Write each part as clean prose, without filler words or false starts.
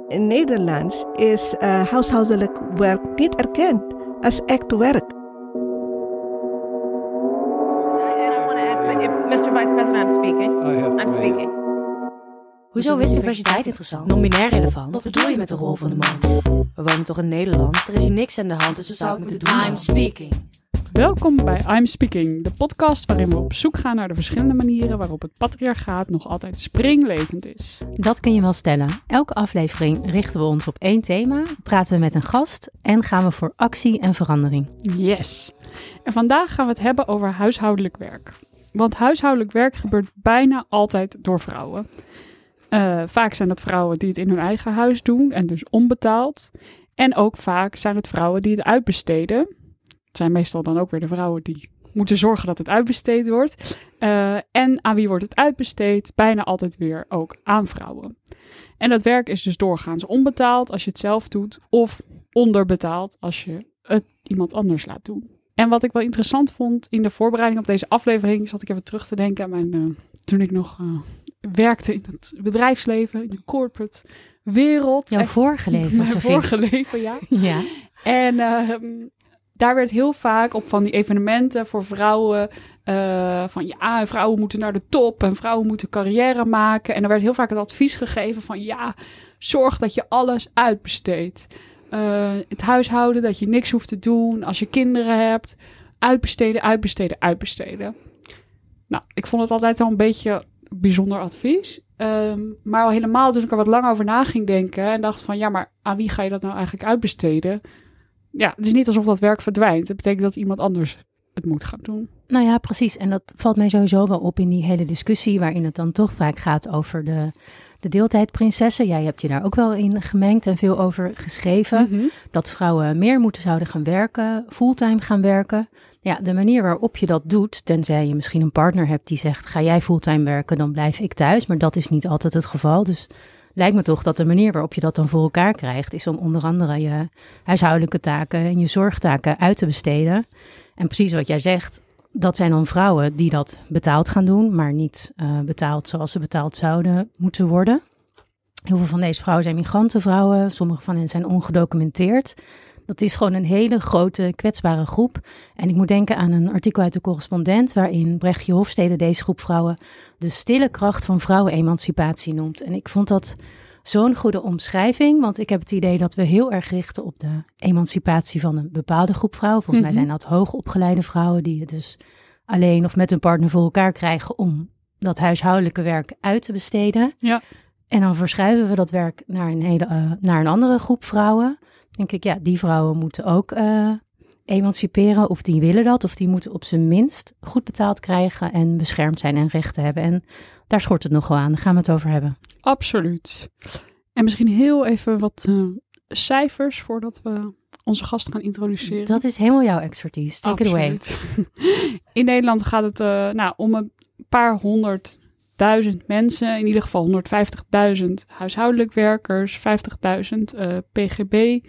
In Nederlands is huishoudelijk werk niet erkend als echt werk. Mr. Vice President, I'm speaking. I'm speaking. Hoezo is diversiteit interessant? Non-binair relevant? Wat bedoel je met de rol van de man? We wonen toch in Nederland? Er is hier niks aan de hand, dus dat zou ik moeten doen. I'm speaking. Welkom bij I'm Speaking, de podcast waarin we op zoek gaan naar de verschillende manieren waarop het patriarchaat nog altijd springlevend is. Dat kun je wel stellen. Elke aflevering richten we ons op één thema, praten we met een gast en gaan we voor actie en verandering. Yes! En vandaag gaan we het hebben over huishoudelijk werk. Want huishoudelijk werk gebeurt bijna altijd door vrouwen. Vaak zijn het vrouwen die het in hun eigen huis doen en dus onbetaald. En ook vaak zijn het vrouwen die het uitbesteden. Het zijn meestal dan ook weer de vrouwen die moeten zorgen dat het uitbesteed wordt. En aan wie wordt het uitbesteed? Bijna altijd weer ook aan vrouwen. En dat werk is dus doorgaans onbetaald als je het zelf doet. Of onderbetaald als je het iemand anders laat doen. En wat ik wel interessant vond in de voorbereiding op deze aflevering, zat ik even terug te denken aan mijn, toen ik nog werkte in het bedrijfsleven, in de corporate wereld. Jouw vorige leven, Mijn vorige leven, ja. Ja. En daar werd heel vaak op van die evenementen voor vrouwen, van ja, vrouwen moeten naar de top en vrouwen moeten carrière maken. En er werd heel vaak het advies gegeven van ja, zorg dat je alles uitbesteedt. Het huishouden, dat je niks hoeft te doen. Als je kinderen hebt, uitbesteden. Nou, ik vond het altijd al een beetje bijzonder advies. Maar al helemaal toen ik er wat lang over na ging denken en dacht van ja, maar aan wie ga je dat nou eigenlijk uitbesteden? Ja, het is niet alsof dat werk verdwijnt. Dat betekent dat iemand anders het moet gaan doen. Nou ja, precies. En dat valt mij sowieso wel op in die hele discussie waarin het dan toch vaak gaat over de deeltijdprinsessen. Jij hebt je daar ook wel in gemengd en veel over geschreven. Mm-hmm. Dat vrouwen meer zouden gaan werken, fulltime gaan werken. Ja, de manier waarop je dat doet, tenzij je misschien een partner hebt die zegt, ga jij fulltime werken, dan blijf ik thuis. Maar dat is niet altijd het geval. Dus lijkt me toch dat de manier waarop je dat dan voor elkaar krijgt, is om onder andere je huishoudelijke taken en je zorgtaken uit te besteden. En precies wat jij zegt, dat zijn dan vrouwen die dat betaald gaan doen, maar niet betaald zoals ze betaald zouden moeten worden. Heel veel van deze vrouwen zijn migrantenvrouwen, sommige van hen zijn ongedocumenteerd. Dat is gewoon een hele grote kwetsbare groep. En ik moet denken aan een artikel uit de Correspondent waarin Brechtje Hofstede deze groep vrouwen de stille kracht van vrouwenemancipatie noemt. En ik vond dat zo'n goede omschrijving, want ik heb het idee dat we heel erg richten op de emancipatie van een bepaalde groep vrouwen. Volgens mij zijn dat hoogopgeleide vrouwen die het dus alleen of met een partner voor elkaar krijgen om dat huishoudelijke werk uit te besteden. Ja. En dan verschuiven we dat werk naar een andere groep vrouwen. Denk ik, ja, die vrouwen moeten ook emanciperen, of die willen dat, of die moeten op zijn minst goed betaald krijgen en beschermd zijn en rechten hebben. En daar schort het nog wel aan, daar gaan we het over hebben. Absoluut. En misschien heel even wat cijfers voordat we onze gast gaan introduceren. Dat is helemaal jouw expertise. Take it away. In Nederland gaat het om een paar 100.000 mensen, in ieder geval 150.000 huishoudelijk werkers, 50.000 PGB,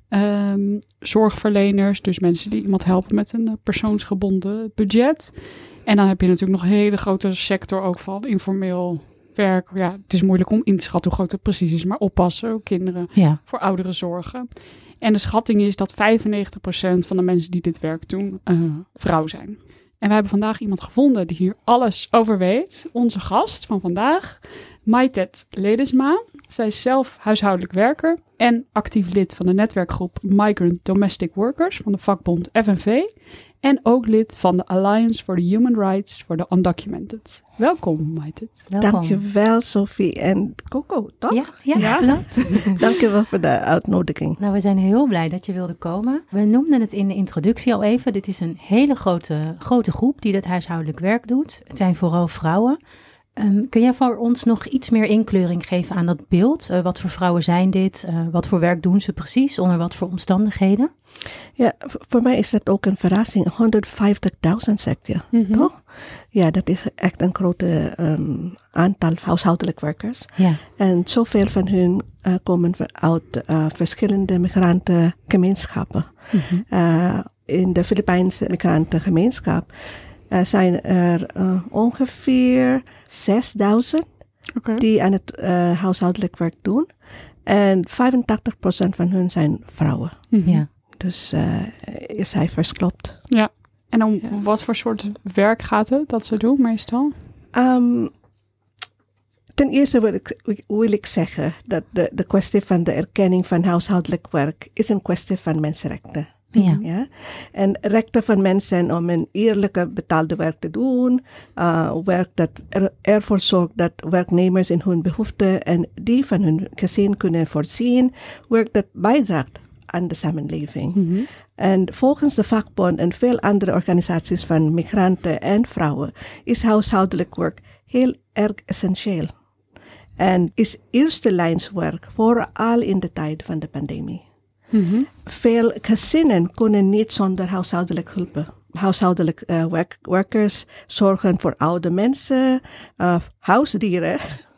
zorgverleners, dus mensen die iemand helpen met een persoonsgebonden budget. En dan heb je natuurlijk nog een hele grote sector ook van informeel werk. Ja, het is moeilijk om in te schatten hoe groot het precies is, maar oppassen, kinderen, voor ouderen zorgen. En de schatting is dat 95% van de mensen die dit werk doen, vrouw zijn. En we hebben vandaag iemand gevonden die hier alles over weet. Onze gast van vandaag, Maitet Ledesma. Zij is zelf huishoudelijk werker en actief lid van de netwerkgroep Migrant Domestic Workers van de vakbond FNV. En ook lid van de Alliance for the Human Rights for the Undocumented. Welkom, Maitet. Dankjewel, Sophie en Coco, toch? Ja. Dankjewel voor de uitnodiging. Nou, we zijn heel blij dat je wilde komen. We noemden het in de introductie al even. Dit is een hele grote groep die dit huishoudelijk werk doet. Het zijn vooral vrouwen. Kun jij voor ons nog iets meer inkleuring geven aan dat beeld? Wat voor vrouwen zijn dit? Wat voor werk doen ze precies? Onder wat voor omstandigheden? Ja, voor mij is dat ook een verrassing. 150.000 zeg je, toch? Ja, dat is echt een grote aantal huishoudelijk werkers. Ja. En zoveel van hun komen uit verschillende migrantengemeenschappen. In de Filipijnse migrantengemeenschap zijn er ongeveer 6.000 die aan het huishoudelijk werk doen. En 85% van hun zijn vrouwen. Ja. Dus je cijfers klopt. Ja. En om wat voor soort werk gaat het dat ze doen meestal? Ten eerste wil ik zeggen dat de kwestie van de erkenning van huishoudelijk werk is een kwestie van mensenrechten. Ja. Ja? En rechten van mensen om een eerlijke betaalde werk te doen. Werk dat ervoor zorgt dat werknemers in hun behoeften en die van hun gezin kunnen voorzien. Werk dat bijdraagt aan de samenleving. Mm-hmm. En volgens de vakbond en veel andere organisaties van migranten en vrouwen is huishoudelijk werk heel erg essentieel. En is eerste lijnswerk, vooral in de tijd van de pandemie. Mm-hmm. Veel gezinnen kunnen niet zonder huishoudelijk hulp. Huishoudelijk werkers zorgen voor oude mensen, huisdieren.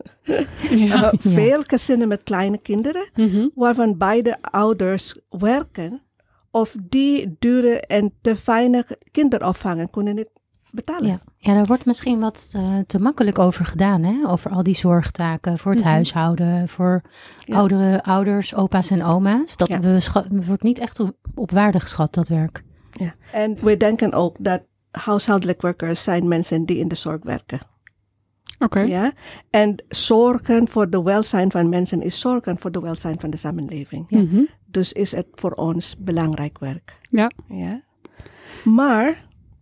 Veel gezinnen met kleine kinderen, waarvan beide ouders werken of die dure en te weinig kinderopvang kunnen niet betalen. Ja, daar wordt misschien wat te makkelijk over gedaan, hè? Over al die zorgtaken voor het huishouden, voor oudere ouders, opa's en oma's. Dat wordt niet echt op waarde geschat, dat werk. Ja. En we denken ook dat huishoudelijk werkers zijn mensen die in de zorg werken. Oké. Ja? En zorgen voor de welzijn van mensen is zorgen voor de welzijn van de samenleving. Ja. Mm-hmm. Dus is het voor ons belangrijk werk. Ja. Ja? Maar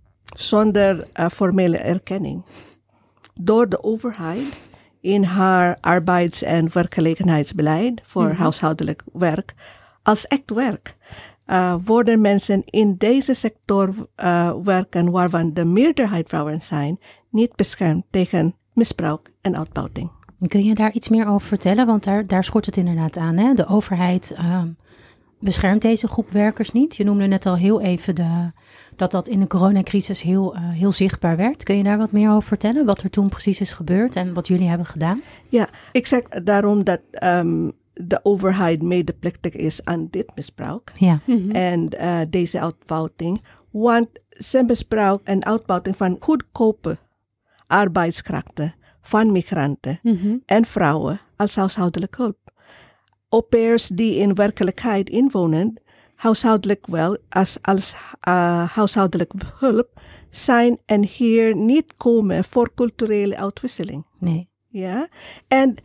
zonder formele erkenning. Door de overheid in haar arbeids- en werkgelegenheidsbeleid voor huishoudelijk werk als echt werk. Worden mensen in deze sector werken waarvan de meerderheid vrouwen zijn, niet beschermd tegen misbruik en uitbuiting. Kun je daar iets meer over vertellen? Want daar schort het inderdaad aan. Hè? De overheid beschermt deze groep werkers niet. Je noemde net al heel even dat in de coronacrisis heel zichtbaar werd. Kun je daar wat meer over vertellen? Wat er toen precies is gebeurd en wat jullie hebben gedaan? Ja, ik zeg daarom dat de overheid medeplichtig is aan dit misbruik. Ja. En deze uitbuiting. Want ze misbruik en uitbuiting van goedkope arbeidskrachten van migranten en vrouwen als huishoudelijk hulp. Au pairs die in werkelijkheid inwonen, huishoudelijk wel als huishoudelijk hulp zijn en hier niet komen voor culturele uitwisseling. Nee. Ja, en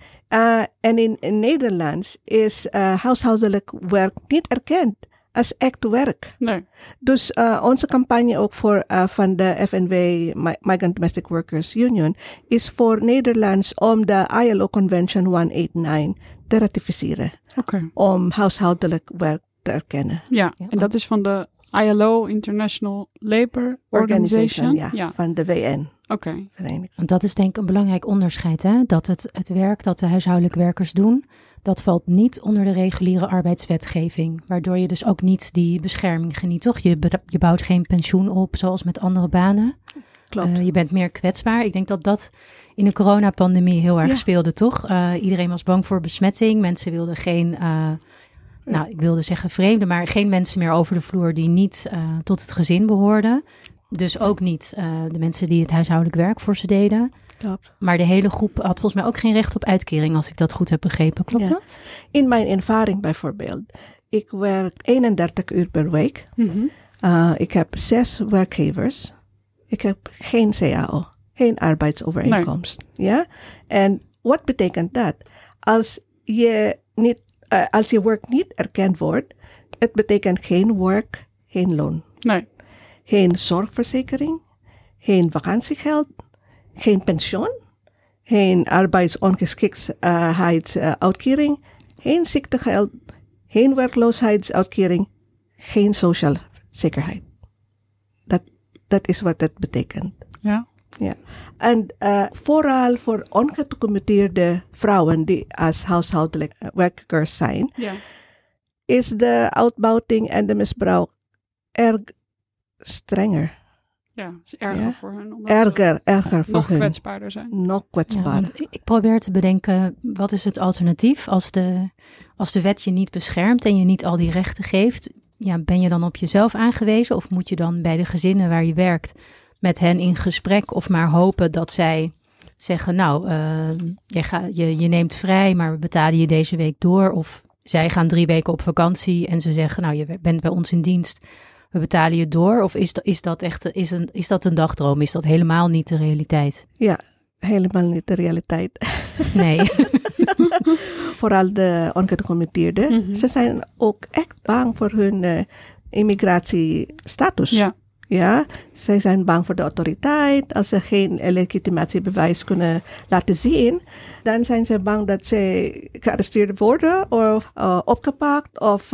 in Nederland is huishoudelijk werk niet erkend als echt werk. Nee. Dus onze campagne ook van de FNW, Migrant Domestic Workers Union, is voor Nederlands om de ILO Convention 189 te ratificeren. Okay. Om huishoudelijk werk te erkennen. Ja, en dat is van de ILO, International Labour Organization? Ja, van de VN. Oké. Want dat is denk ik een belangrijk onderscheid, hè? Dat het werk dat de huishoudelijke werkers doen, dat valt niet onder de reguliere arbeidswetgeving. Waardoor je dus ook niet die bescherming geniet, toch? Je bouwt geen pensioen op, zoals met andere banen. Klopt. Je bent meer kwetsbaar. Ik denk dat in de coronapandemie heel erg speelde, toch? Iedereen was bang voor besmetting. Mensen wilden geen, ik wilde zeggen vreemden, maar geen mensen meer over de vloer die niet tot het gezin behoorden. Dus ook niet de mensen die het huishoudelijk werk voor ze deden. Klopt. Maar de hele groep had volgens mij ook geen recht op uitkering, als ik dat goed heb begrepen. Klopt dat? In mijn ervaring bijvoorbeeld. Ik werk 31 uur per week. Ik heb 6 werkgevers. Ik heb geen CAO, geen arbeidsovereenkomst. Nee. Ja? En wat betekent dat? Als je werk niet erkend wordt, het betekent geen werk, geen loon. Nee. Geen zorgverzekering, geen vakantiegeld, geen pensioen, geen arbeidsongeschiktheidsuitkering, geen ziektegeld, geen werkloosheidsuitkering, geen sociale zekerheid. Dat is wat het betekent. Ja. Ja. En vooral voor ongedocumenteerde vrouwen die als huishoudelijk werkers zijn, is de uitbuiting en de misbruik erg strenger. Ja, is erger voor hen. Erger voor nog hen. Kwetsbaarder zijn. Nog kwetsbaarder. Ja, ik probeer te bedenken, wat is het alternatief als de wet je niet beschermt en je niet al die rechten geeft? Ja, ben je dan op jezelf aangewezen of moet je dan bij de gezinnen waar je werkt met hen in gesprek of maar hopen dat zij zeggen, nou, je neemt vrij, maar we betalen je deze week door. Of zij gaan 3 weken op vakantie en ze zeggen, nou, je bent bij ons in dienst, we betalen je door. Of is dat echt is dat een dagdroom? Is dat helemaal niet de realiteit? Ja, helemaal niet de realiteit. Nee. Vooral de ongedocumenteerden. Mm-hmm. Ze zijn ook echt bang voor hun immigratiestatus. Ja, zij zijn bang voor de autoriteit. Als ze geen legitimatiebewijs kunnen laten zien, dan zijn ze bang dat ze gearresteerd worden of opgepakt of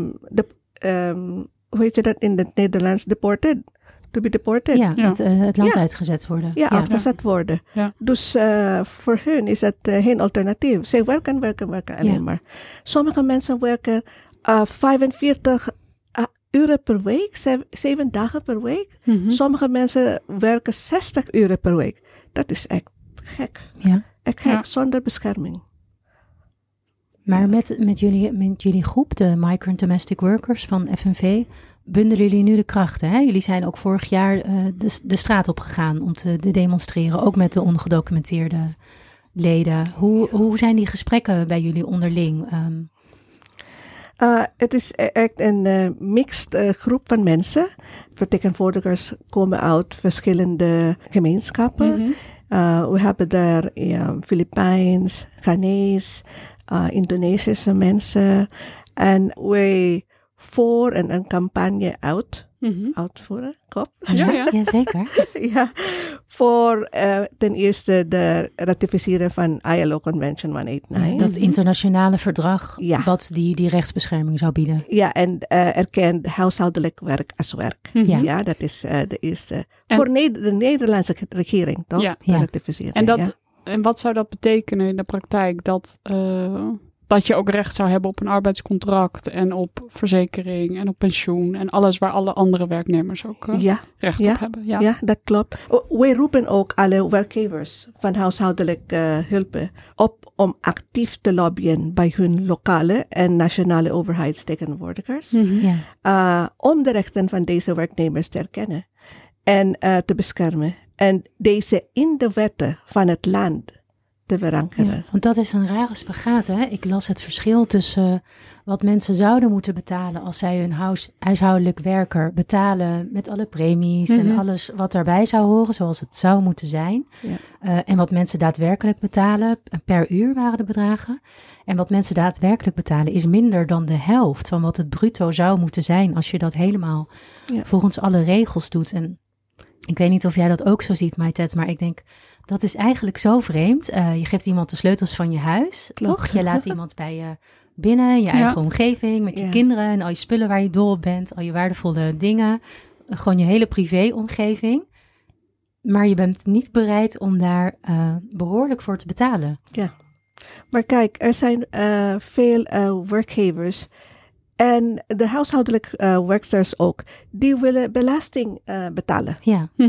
hoe heet je dat in het Nederlands? Deported. To be deported. Ja, het land uitgezet worden. Ja, uitgezet worden. Ja. Dus voor hun is dat geen alternatief. Ze werken alleen maar. Sommige mensen werken 45 uren per week, 7 dagen per week. Mm-hmm. Sommige mensen werken 60 uren per week. Dat is echt gek. Ja. Echt gek, zonder bescherming. Maar met jullie groep, de Migrant Domestic Workers van FNV, bundelen jullie nu de krachten. Hè? Jullie zijn ook vorig jaar de straat op gegaan om te demonstreren, ook met de ongedocumenteerde leden. Hoe zijn die gesprekken bij jullie onderling? Het is echt een mixed groep van mensen. Vertegenwoordigers komen uit verschillende gemeenschappen. Mm-hmm. We hebben daar Filipijns, Ghanese, Indonesische mensen. En we voeren een campagne uitvoeren. Ja, zeker. Ja, voor ten eerste de ratificeren van ILO Convention 189. Dat internationale verdrag wat die rechtsbescherming zou bieden. Ja, en erkent huishoudelijk werk als werk. Mm-hmm. Ja, dat is de eerste. Voor de Nederlandse regering, toch? Ja. Ratificeren. En wat zou dat betekenen in de praktijk? Dat je ook recht zou hebben op een arbeidscontract en op verzekering en op pensioen en alles waar alle andere werknemers ook recht op hebben. Ja, dat klopt. Wij roepen ook alle werkgevers van huishoudelijke hulpen op om actief te lobbyen bij hun lokale en nationale overheidsvertegenwoordigers. Mm-hmm. Om de rechten van deze werknemers te erkennen en te beschermen. En deze in de wetten van het land te verankeren. Ja, want dat is een rare spagaat, hè? Ik las het verschil tussen wat mensen zouden moeten betalen als zij hun huishoudelijk werker betalen met alle premies en alles wat daarbij zou horen, zoals het zou moeten zijn. Ja. En wat mensen daadwerkelijk betalen, per uur waren de bedragen. En wat mensen daadwerkelijk betalen is minder dan de helft van wat het bruto zou moeten zijn als je dat helemaal volgens alle regels doet. En ik weet niet of jij dat ook zo ziet, Maitet, maar ik denk, dat is eigenlijk zo vreemd. Je geeft iemand de sleutels van je huis, toch? Je laat iemand bij je binnen, je eigen omgeving, met je kinderen en al je spullen waar je dol op bent, al je waardevolle dingen, gewoon je hele privéomgeving. Maar je bent niet bereid om daar behoorlijk voor te betalen. Ja, maar kijk, er zijn veel werkgevers en de huishoudelijke werksters ook, die willen belasting betalen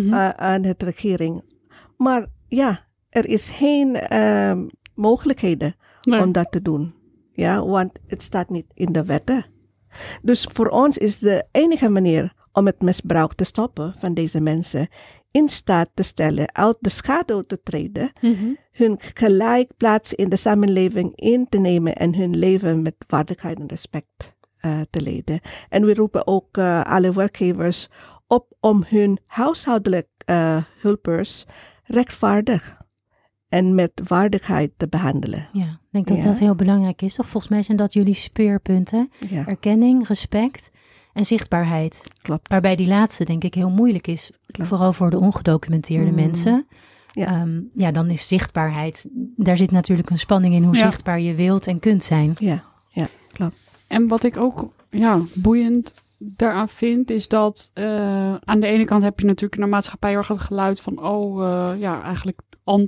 aan de regering. Maar ja, er is geen mogelijkheden om dat te doen. Ja, want het staat niet in de wetten. Dus voor ons is de enige manier om het misbruik te stoppen van deze mensen in staat te stellen uit de schaduw te treden, hun gelijk plaats in de samenleving in te nemen en hun leven met waardigheid en respect te leiden. En we roepen ook alle werkgevers op om hun huishoudelijke hulpers rechtvaardig en met waardigheid te behandelen. Ja, ik denk dat dat heel belangrijk is. Toch? Volgens mij zijn dat jullie speerpunten. Ja. Erkenning, respect en zichtbaarheid. Klopt. Waarbij die laatste denk ik heel moeilijk is. Klopt. Vooral voor de ongedocumenteerde mensen. Ja. Dan is zichtbaarheid. Daar zit natuurlijk een spanning in hoe zichtbaar je wilt en kunt zijn. Ja, klopt. En wat ik ook boeiend daaraan vind, is dat aan de ene kant heb je natuurlijk in de maatschappij heel erg het geluid van eigenlijk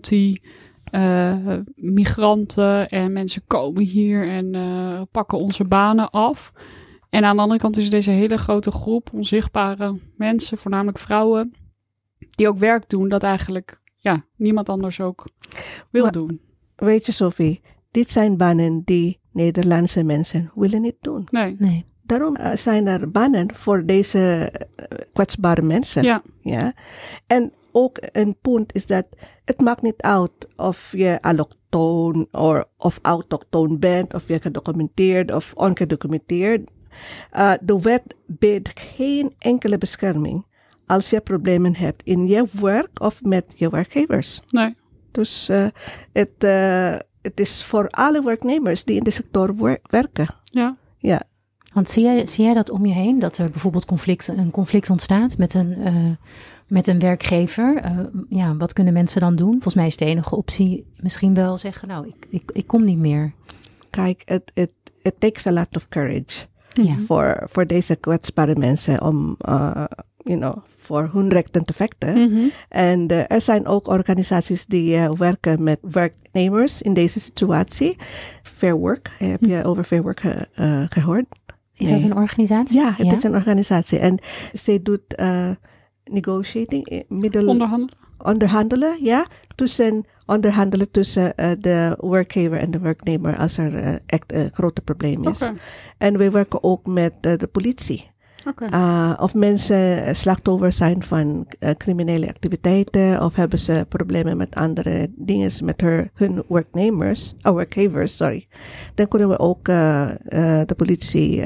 anti-migranten en mensen komen hier en pakken onze banen af. En aan de andere kant is deze hele grote groep onzichtbare mensen, voornamelijk vrouwen, die ook werk doen dat eigenlijk niemand anders ook wil doen. Weet je, Sophie, dit zijn banen die Nederlandse mensen willen niet doen. Nee. Daarom zijn er banen voor deze kwetsbare mensen. Ja. En ook een punt is dat het maakt niet uit of je allochtoon of autochtoon bent, of je gedocumenteerd of ongedocumenteerd. De wet biedt geen enkele bescherming als je problemen hebt in je werk of met je werkgevers. Nee. Dus het is voor alle werknemers die in de sector werken. Ja. Ja. Want zie jij dat om je heen? Dat er bijvoorbeeld een conflict ontstaat met een werkgever? Wat kunnen mensen dan doen? Volgens mij is de enige optie misschien wel zeggen, nou, ik kom niet meer. Kijk, it takes a lot of courage voor deze kwetsbare mensen om, voor hun rechten te vechten. Mm-hmm. En er zijn ook organisaties die werken met werknemers in deze situatie. Fair Work, heb je over Fair Work gehoord? Is dat een organisatie? Ja, het is een organisatie. En ze doet negotiating, onderhandelen, ja. Onderhandelen tussen de werkgever en de werknemer als er echt een grote probleem is. Okay. En we werken ook met de politie. Okay. Of mensen slachtoffer zijn van criminele activiteiten of hebben ze problemen met andere dingen met hun werkgevers, sorry. Dan kunnen we ook de politie,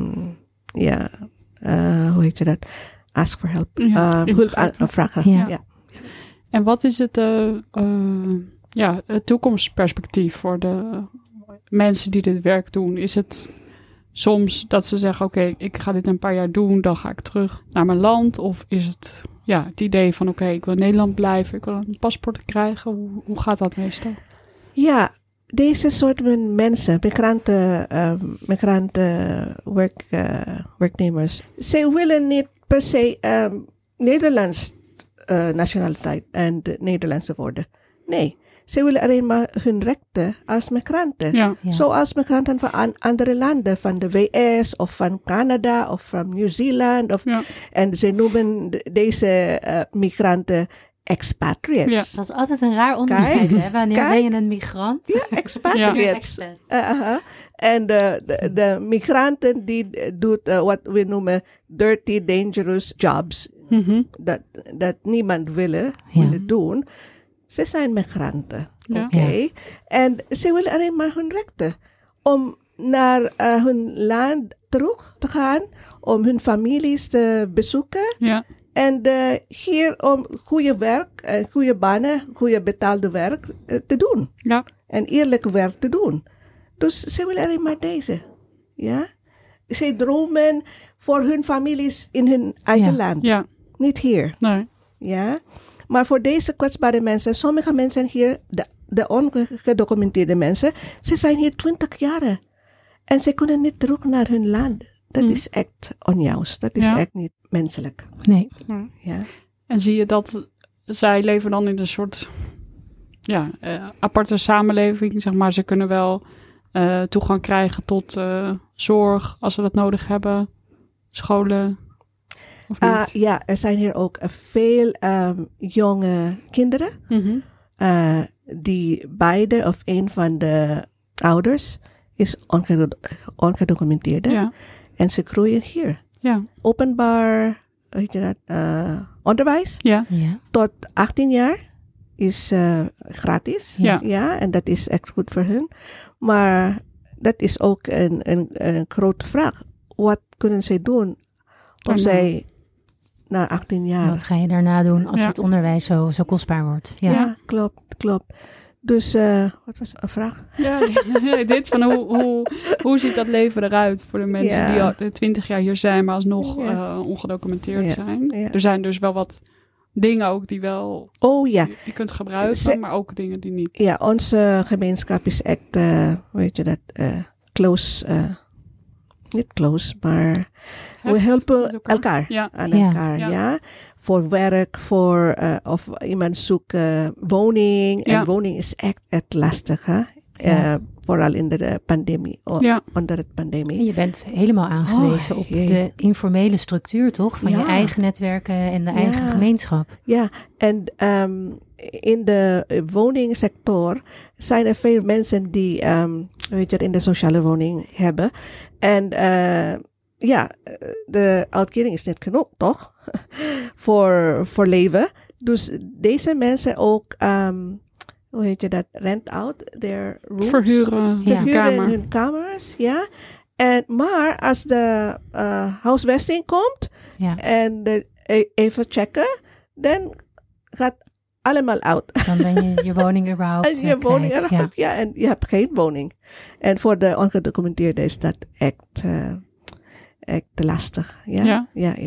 hoe heet je dat? Ask for help. Hulp aanvragen. Ja. En wat is het toekomstperspectief voor de mensen die dit werk doen? Is het soms dat ze zeggen, oké, ik ga dit een paar jaar doen, dan ga ik terug naar mijn land? Of is het het idee van, oké, ik wil in Nederland blijven, ik wil een paspoort krijgen? Hoe gaat dat meestal? Ja, deze soort mensen, migranten werknemers, ze willen niet per se Nederlands nationaliteit en de Nederlandse worden. Nee, ze willen alleen maar hun rechten als migranten. Ja. Zoals migranten van andere landen, van de VS of van Canada of van Nieuw-Zeeland. En ze noemen deze migranten expatriates. Ja. Dat is altijd een raar onderscheid, hè? Wanneer ben je een migrant? Ja, expatriates. En de migranten die doet wat we noemen dirty, dangerous jobs. Mm-hmm. Dat niemand willen doen. Ze zijn migranten. Ja. Oké. En ze willen alleen maar hun rechten. Om naar hun land terug te gaan. Om hun families te bezoeken. Ja. En hier om goede werk, goede banen, goede betaalde werk te doen. Ja. En eerlijk werk te doen. Dus ze willen alleen maar deze. Ja. Ze dromen voor hun families in hun eigen land. Ja. Niet hier. Nee. Ja. Maar voor deze kwetsbare mensen, sommige mensen hier, de ongedocumenteerde mensen, ze zijn hier 20 jaar. En ze kunnen niet terug naar hun land. Dat is echt onjuist. Dat is echt niet menselijk. Nee. Ja. En zie je dat zij leven dan in een soort aparte samenleving, zeg maar. Ze kunnen wel toegang krijgen tot zorg als ze dat nodig hebben. Scholen. Of niet? Ja, er zijn hier ook veel jonge kinderen. Mm-hmm. Die beide of een van de ouders is ongedocumenteerde. Ja. En ze groeien hier. Ja. Openbaar onderwijs tot 18 jaar is gratis. Ja, en dat is echt goed voor hun. Maar dat is ook een grote vraag. Wat kunnen zij doen als zij na 18 jaar... Wat ga je daarna doen als het onderwijs zo kostbaar wordt? Ja, klopt. Dus, wat was een vraag? Ja, dit van hoe ziet dat leven eruit voor de mensen die al 20 jaar hier zijn, maar alsnog ongedocumenteerd zijn? Ja. Er zijn dus wel wat dingen ook die wel je kunt gebruiken, maar ook dingen die niet. Ja, onze gemeenschap is echt, close, niet close, maar we helpen elkaar aan elkaar, ja. Voor werk, of iemand zoekt woning. En woning is echt lastig, hè? Vooral in de pandemie, onder de pandemie. En je bent helemaal aangewezen op de informele structuur, toch? Van je eigen netwerken en de eigen gemeenschap. Ja, en in de woningsector zijn er veel mensen die in de sociale woning hebben. En de uitkering is niet genoeg, toch? voor leven. Dus deze mensen ook, hoe heet je dat, rent out their rooms. Verhuren hun kamers, ja. Maar als de huisvesting komt en even checken, dan gaat allemaal out. Dan ben je je woning überhaupt en je woning überhaupt, ja. En je hebt geen woning. En voor de ongedocumenteerden is dat echt lastig. Ja.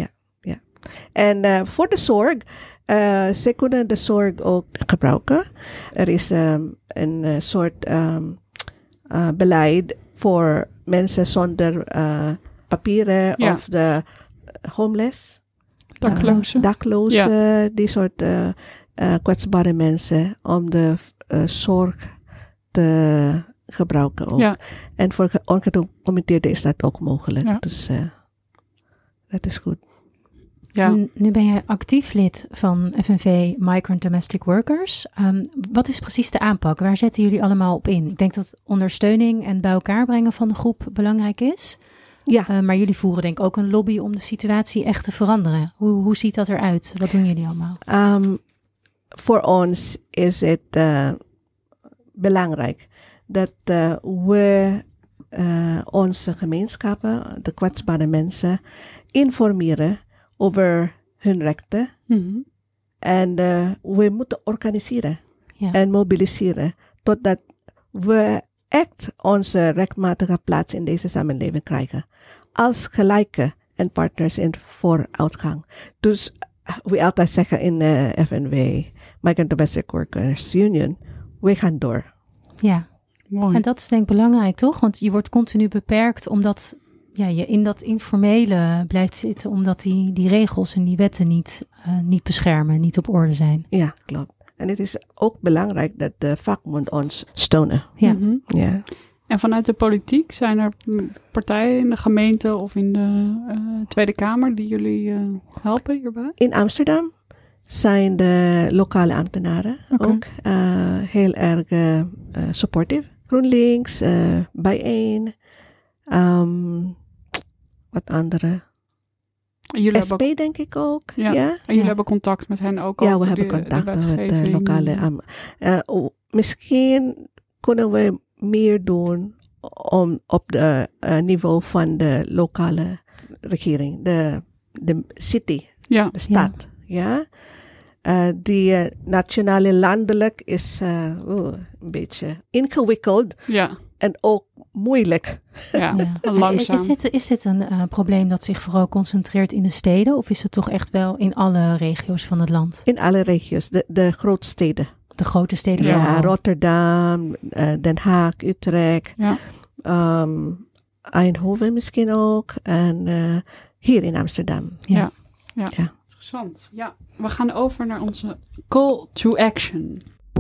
En voor de zorg, ze kunnen de zorg ook gebruiken. Er is een soort beleid voor mensen zonder papieren of de homeless. Daklozen, die soort kwetsbare mensen om de zorg te gebruiken ook. Ja. En voor ongedocumenteerden is dat ook mogelijk. Ja. Dus dat is goed. Ja. Nu ben jij actief lid van FNV Migrant Domestic Workers. Wat is precies de aanpak? Waar zetten jullie allemaal op in? Ik denk dat ondersteuning en bij elkaar brengen van de groep belangrijk is. Ja. Maar jullie voeren denk ik ook een lobby om de situatie echt te veranderen. Hoe ziet dat eruit? Wat doen jullie allemaal? Voor ons is het belangrijk dat we onze gemeenschappen, de kwetsbare mensen, informeren over hun rechten. Mm-hmm. En we moeten organiseren en mobiliseren totdat we echt onze rechtmatige plaats in deze samenleving krijgen. Als gelijke en partners in vooruitgang. Dus we altijd zeggen in de FNW, Migrant Domestic Workers Union, we gaan door. Ja, mooi. En dat is denk ik belangrijk, toch? Want je wordt continu beperkt omdat je in dat informele blijft zitten, omdat die regels en die wetten niet beschermen, niet op orde zijn. Ja, klopt. En het is ook belangrijk dat de vakbond ons steunen. Ja. Mm-hmm. Ja. En vanuit de politiek zijn er partijen in de gemeente of in de Tweede Kamer die jullie helpen hierbij? In Amsterdam zijn de lokale ambtenaren ook heel erg supportive. GroenLinks, Bijeen, wat andere. SP denk ik ook. Ja. En jullie hebben contact met hen ook? Ja, we hebben contact met de lokale. Misschien kunnen we meer doen op de niveau van de lokale regering, de city, de stad. Ja. Die nationale landelijk is een beetje ingewikkeld en ook moeilijk. Ja, langzaam. Is dit een probleem dat zich vooral concentreert in de steden of is het toch echt wel in alle regio's van het land? In alle regio's, de grootsteden. De grote steden vooral. Rotterdam, Den Haag, Utrecht, Eindhoven misschien ook en hier in Amsterdam. Ja. Interessant. Ja, we gaan over naar onze call to action.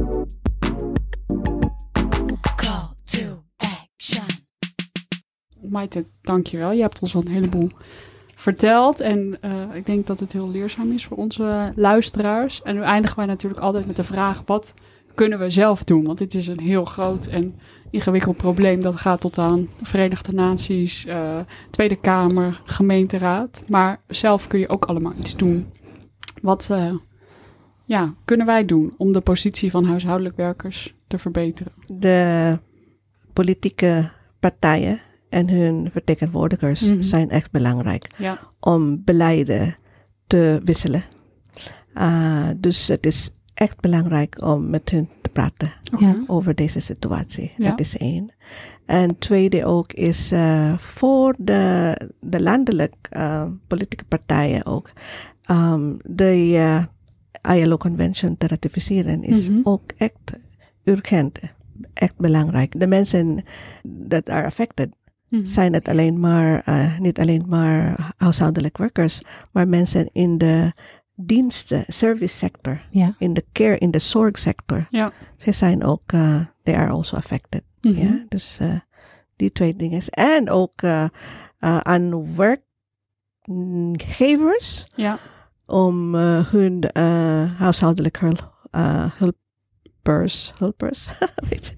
Call to action. Maite, dankjewel. Je hebt ons al een heleboel verteld. En ik denk dat het heel leerzaam is voor onze luisteraars. En nu eindigen wij natuurlijk altijd met de vraag, wat kunnen we zelf doen? Want dit is een heel groot en ingewikkeld probleem. Dat gaat tot aan de Verenigde Naties, Tweede Kamer, gemeenteraad. Maar zelf kun je ook allemaal iets doen. Wat kunnen wij doen om de positie van huishoudelijk werkers te verbeteren? De politieke partijen en hun vertegenwoordigers zijn echt belangrijk om beleiden te wisselen. Dus het is echt belangrijk om met hun te praten over deze situatie. Ja. Dat is 1. En tweede ook is voor de landelijke politieke partijen ook. De ILO-convention te ratificeren is ook echt urgent, echt belangrijk. De mensen that are affected zijn het niet alleen maar huishoudelijk werkers, maar mensen in de diensten, service sector, in de care, in de zorgsector. Ja. Ze zijn ook, they are also affected. Ja, dus die 2 dingen. En ook aan werkgevers om hun huishoudelijke hulpers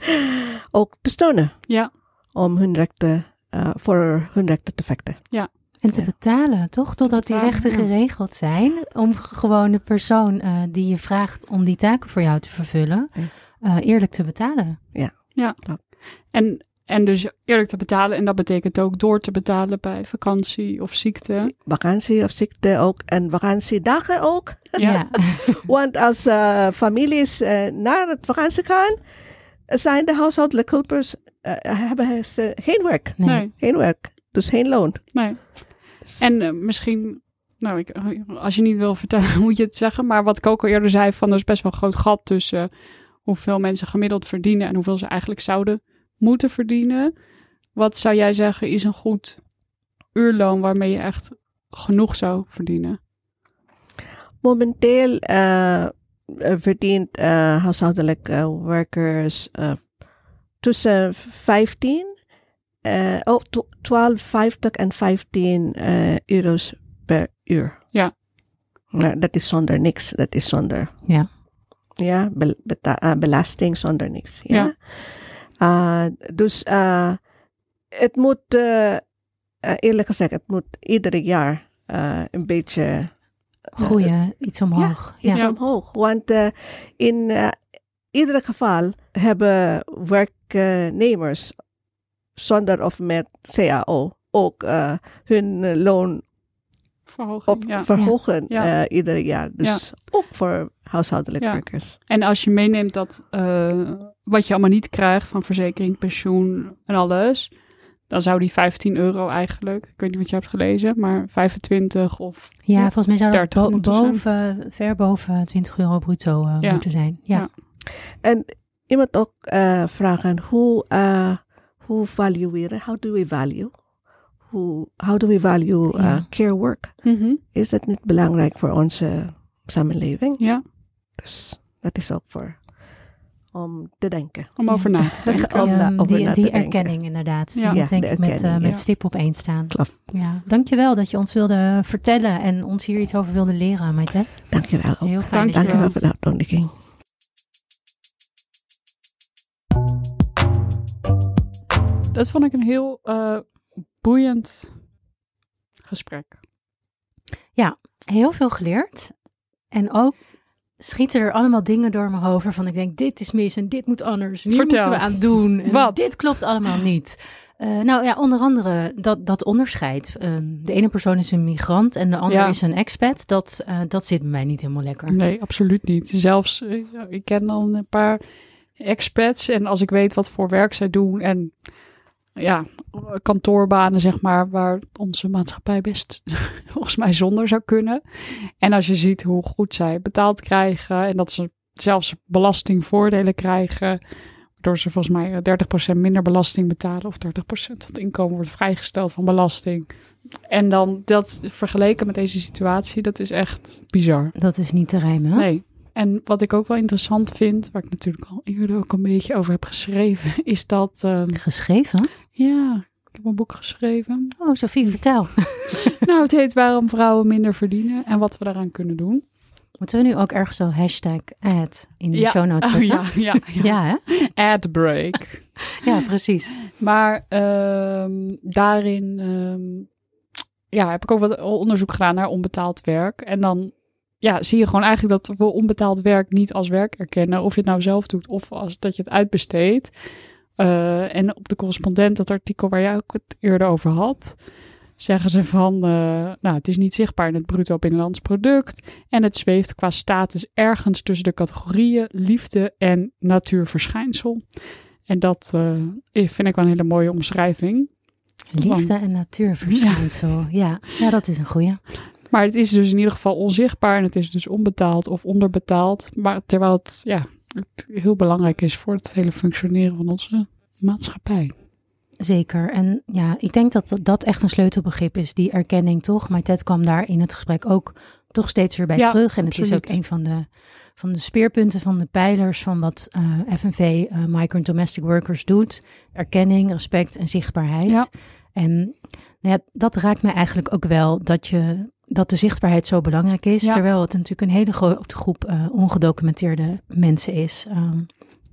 ook te steunen. Ja. Om hun rechten, voor hun rechten te vechten. Ja. En te betalen, toch? Totdat die rechten geregeld zijn. Om gewoon de persoon die je vraagt om die taken voor jou te vervullen, eerlijk te betalen. Ja. En dus eerlijk te betalen. En dat betekent ook door te betalen bij vakantie of ziekte. Vakantie of ziekte ook. En vakantiedagen ook. Ja. Want als families naar het vakantie gaan, zijn de huishoudelijke hulpers hebben ze geen werk. Nee. Geen werk. Dus geen loon. Nee. En misschien, als je niet wil vertellen, moet je het zeggen. Maar wat Coco eerder zei, er is best wel een groot gat tussen hoeveel mensen gemiddeld verdienen en hoeveel ze eigenlijk zouden moeten verdienen. Wat zou jij zeggen is een goed uurloon waarmee je echt genoeg zou verdienen? Momenteel verdient huishoudelijke werkers tussen 12,50 en 15 euro's per uur. Ja. Dat is zonder niks. Dat is zonder belasting, zonder niks. Ja. Dus het moet, eerlijk gezegd, het moet ieder jaar een beetje groeien, iets omhoog. Iets omhoog. Want in ieder geval hebben werknemers zonder of met CAO ook hun loon verhogen ieder jaar. Dus ook voor huishoudelijke werkers. En als je meeneemt dat wat je allemaal niet krijgt van verzekering, pensioen en alles, dan zou die €15 eigenlijk, ik weet niet wat je hebt gelezen, maar 25 of volgens mij zou dat 30 ver boven €20 bruto moeten zijn. Ja. En iemand ook vragen, hoe valueren, how do we value care work? Mm-hmm. Is dat niet belangrijk voor onze samenleving? Ja. Dus dat is ook om te denken. Om over na te denken. Die erkenning inderdaad. Die moet denk ik met stip op 1 staan. Klopt. Ja. Dankjewel dat je ons wilde vertellen en ons hier iets over wilde leren, Maytet. Dankjewel. Heel fijn. Dankjewel voor de uitnodiging. Dat vond ik een heel boeiend gesprek. Ja, heel veel geleerd. En ook schieten er allemaal dingen door mijn hoofd van ik denk, dit is mis en dit moet anders. Hier moeten we aan doen. En wat? Dit klopt allemaal niet. Onder andere dat onderscheid. De ene persoon is een migrant en de ander is een expat. Dat zit bij mij niet helemaal lekker. Nee, absoluut niet. Zelfs, ik ken dan een paar expats en als ik weet wat voor werk zij doen en kantoorbanen, zeg maar, waar onze maatschappij best volgens mij zonder zou kunnen. En als je ziet hoe goed zij betaald krijgen en dat ze zelfs belastingvoordelen krijgen, waardoor ze volgens mij 30% minder belasting betalen of 30% van het inkomen wordt vrijgesteld van belasting. En dan dat vergeleken met deze situatie, dat is echt bizar. Dat is niet te rijmen, hè? Nee. En wat ik ook wel interessant vind, waar ik natuurlijk al eerder ook een beetje over heb geschreven, is dat... Geschreven? Ja, ik heb een boek geschreven. Oh, Sophie, vertel. Nou, het heet Waarom vrouwen minder verdienen en wat we daaraan kunnen doen. Moeten we nu ook ergens zo #ad in de show notes zetten? Ja, hè? Adbreak. Ja, precies. Maar daarin heb ik ook wat onderzoek gedaan naar onbetaald werk. En dan zie je gewoon eigenlijk dat we onbetaald werk niet als werk erkennen. Of je het nou zelf doet of als dat je het uitbesteedt. En op de correspondent, dat artikel waar jij ook het eerder over had, zeggen ze van, het is niet zichtbaar in het bruto binnenlands product. En het zweeft qua status ergens tussen de categorieën liefde en natuurverschijnsel. En dat vind ik wel een hele mooie omschrijving. Liefde en natuurverschijnsel, ja, dat is een goeie. Maar het is dus in ieder geval onzichtbaar en het is dus onbetaald of onderbetaald. Maar terwijl het heel belangrijk is voor het hele functioneren van onze maatschappij. Zeker. En ik denk dat echt een sleutelbegrip is, die erkenning toch. Maar Ted kwam daar in het gesprek ook toch steeds weer bij terug. En absoluut. Het is ook een van de speerpunten, van de pijlers van wat FNV, Migrant Domestic Workers, doet. Erkenning, respect en zichtbaarheid. Ja. En dat raakt mij eigenlijk ook wel, dat de zichtbaarheid zo belangrijk is. Ja. Terwijl het natuurlijk een hele grote groep ongedocumenteerde mensen is.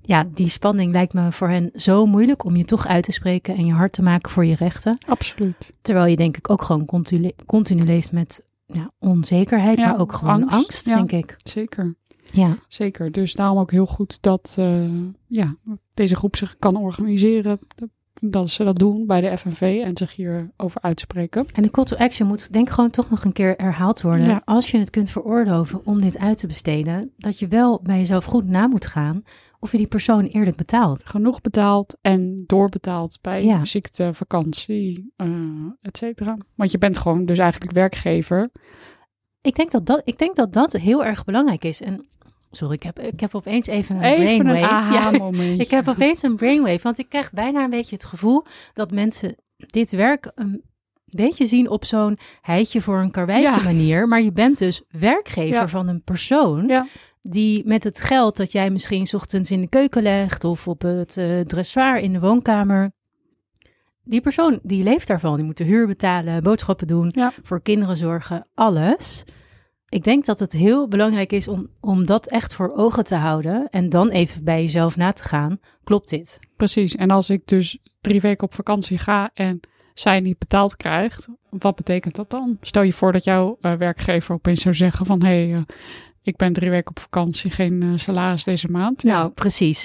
die spanning lijkt me voor hen zo moeilijk om je toch uit te spreken en je hard te maken voor je rechten. Absoluut. Terwijl je denk ik ook gewoon continu leeft met onzekerheid, maar ook gewoon angst denk ik. Zeker. Ja. Zeker. Dus daarom ook heel goed dat deze groep zich kan organiseren. Dat ze dat doen bij de FNV en zich hierover uitspreken. En de call to action moet denk ik gewoon toch nog een keer herhaald worden. Ja. Als je het kunt veroorloven om dit uit te besteden, dat je wel bij jezelf goed na moet gaan of je die persoon eerlijk betaalt. Genoeg betaald en doorbetaald bij ziekte, vakantie, et cetera. Want je bent gewoon dus eigenlijk werkgever. Ik denk dat dat heel erg belangrijk is. En sorry, ik heb opeens even een brainwave. Ik heb opeens een brainwave, want ik krijg bijna een beetje het gevoel dat mensen dit werk een beetje zien op zo'n heitje voor een karweitje manier. Maar je bent dus werkgever van een persoon die met het geld dat jij misschien 's ochtends in de keuken legt of op het dressoir in de woonkamer. Die persoon die leeft daarvan. Die moet de huur betalen, boodschappen doen, voor kinderen zorgen, alles. Ik denk dat het heel belangrijk is om dat echt voor ogen te houden en dan even bij jezelf na te gaan. Klopt dit? Precies. En als ik dus 3 weken op vakantie ga en zij niet betaald krijgt, wat betekent dat dan? Stel je voor dat jouw werkgever opeens zou zeggen van ik ben 3 weken op vakantie, geen salaris deze maand. Nou, precies.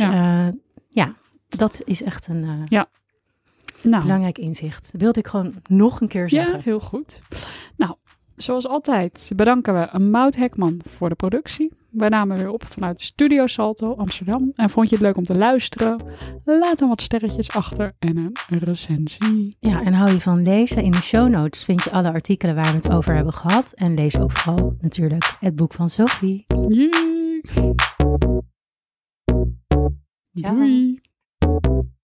Dat is echt een belangrijk inzicht. Dat wilde ik gewoon nog een keer zeggen. Ja, heel goed. Nou, zoals altijd bedanken we Maud Hekman voor de productie. Wij namen weer op vanuit Studio Salto Amsterdam. En vond je het leuk om te luisteren? Laat dan wat sterretjes achter en een recensie. Ja, en hou je van lezen? In de show notes vind je alle artikelen waar we het over hebben gehad. En lees ook vooral natuurlijk het boek van Sophie. Yeah. Doei.